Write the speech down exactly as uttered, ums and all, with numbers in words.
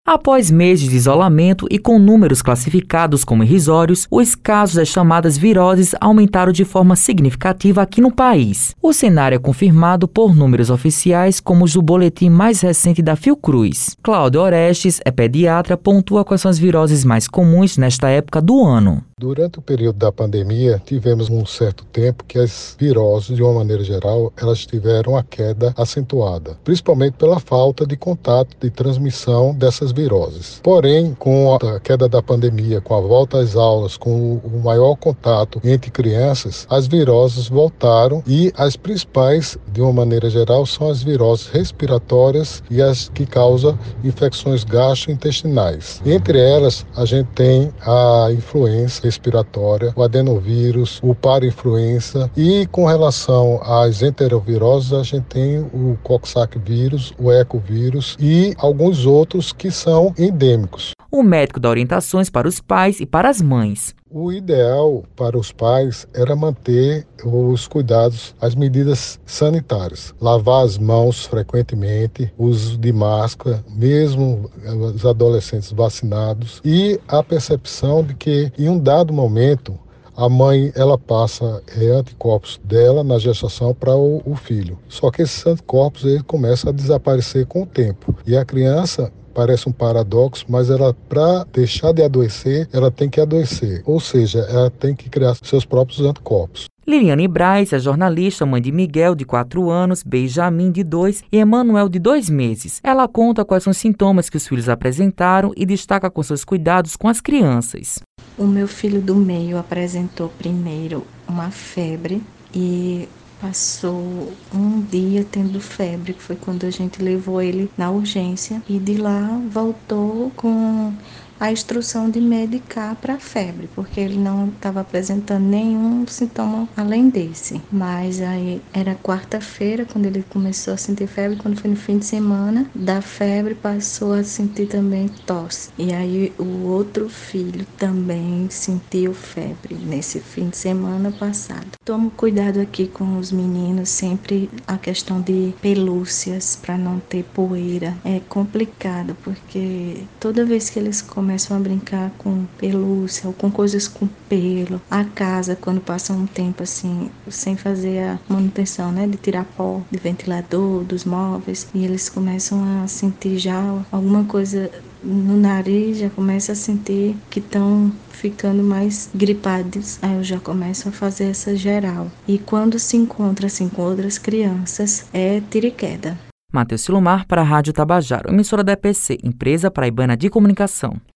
Após meses de isolamento e com números classificados como irrisórios, os casos das chamadas viroses aumentaram de forma significativa aqui no país. O cenário é confirmado por números oficiais como os do boletim mais recente da Fiocruz. Cláudio Orestes, é pediatra, pontua quais são as viroses mais comuns nesta época do ano. Durante o período da pandemia, tivemos um certo tempo que as viroses, de uma maneira geral, elas tiveram a queda acentuada, principalmente pela falta de contato, de transmissão dessas viroses. Porém, com a queda da pandemia, com a volta às aulas, com o maior contato entre crianças, as viroses voltaram e as principais, de uma maneira geral, são as viroses respiratórias e as que causam infecções gastrointestinais. Entre elas, a gente tem a influenza respiratória, o adenovírus, o parainfluenza e com relação às enteroviroses a gente tem o coxsackie-vírus, o ecovírus e alguns outros que são endêmicos. O médico dá orientações para os pais e para as mães. O ideal para os pais era manter os cuidados, as medidas sanitárias. Lavar as mãos frequentemente, uso de máscara, mesmo os adolescentes vacinados. E a percepção de que, em um dado momento, a mãe ela passa é, anticorpos dela na gestação para o, o filho. Só que esses anticorpos ele começam a desaparecer com o tempo. E a criança... Parece um paradoxo, mas ela, para deixar de adoecer, ela tem que adoecer. Ou seja, ela tem que criar seus próprios anticorpos. Liliane Braz é jornalista, mãe de Miguel, de quatro anos, Benjamin, de dois e Emanuel, de dois meses. Ela conta quais são os sintomas que os filhos apresentaram e destaca com seus cuidados com as crianças. O meu filho do meio apresentou primeiro uma febre e... passou um dia tendo febre, que foi quando a gente levou ele na urgência e de lá voltou com a instrução de medicar para a febre, porque ele não estava apresentando nenhum sintoma além desse. Mas aí era quarta-feira quando ele começou a sentir febre, quando foi no fim de semana, da febre passou a sentir também tosse. E aí o outro filho também sentiu febre nesse fim de semana passado. Tomo cuidado aqui com os meninos, sempre a questão de pelúcias para não ter poeira. É complicado, porque toda vez que eles começam começam a brincar com pelúcia ou com coisas com pelo. A casa, quando passa um tempo assim, sem fazer a manutenção, né, de tirar pó de ventilador, dos móveis, e eles começam a sentir já alguma coisa no nariz, já começa a sentir que estão ficando mais gripados. Aí eu já começo a fazer essa geral. E quando se encontra assim com outras crianças, é tiro e queda. Matheus Silomar para a Rádio Tabajaro, emissora da E P C, Empresa Paraibana de Comunicação.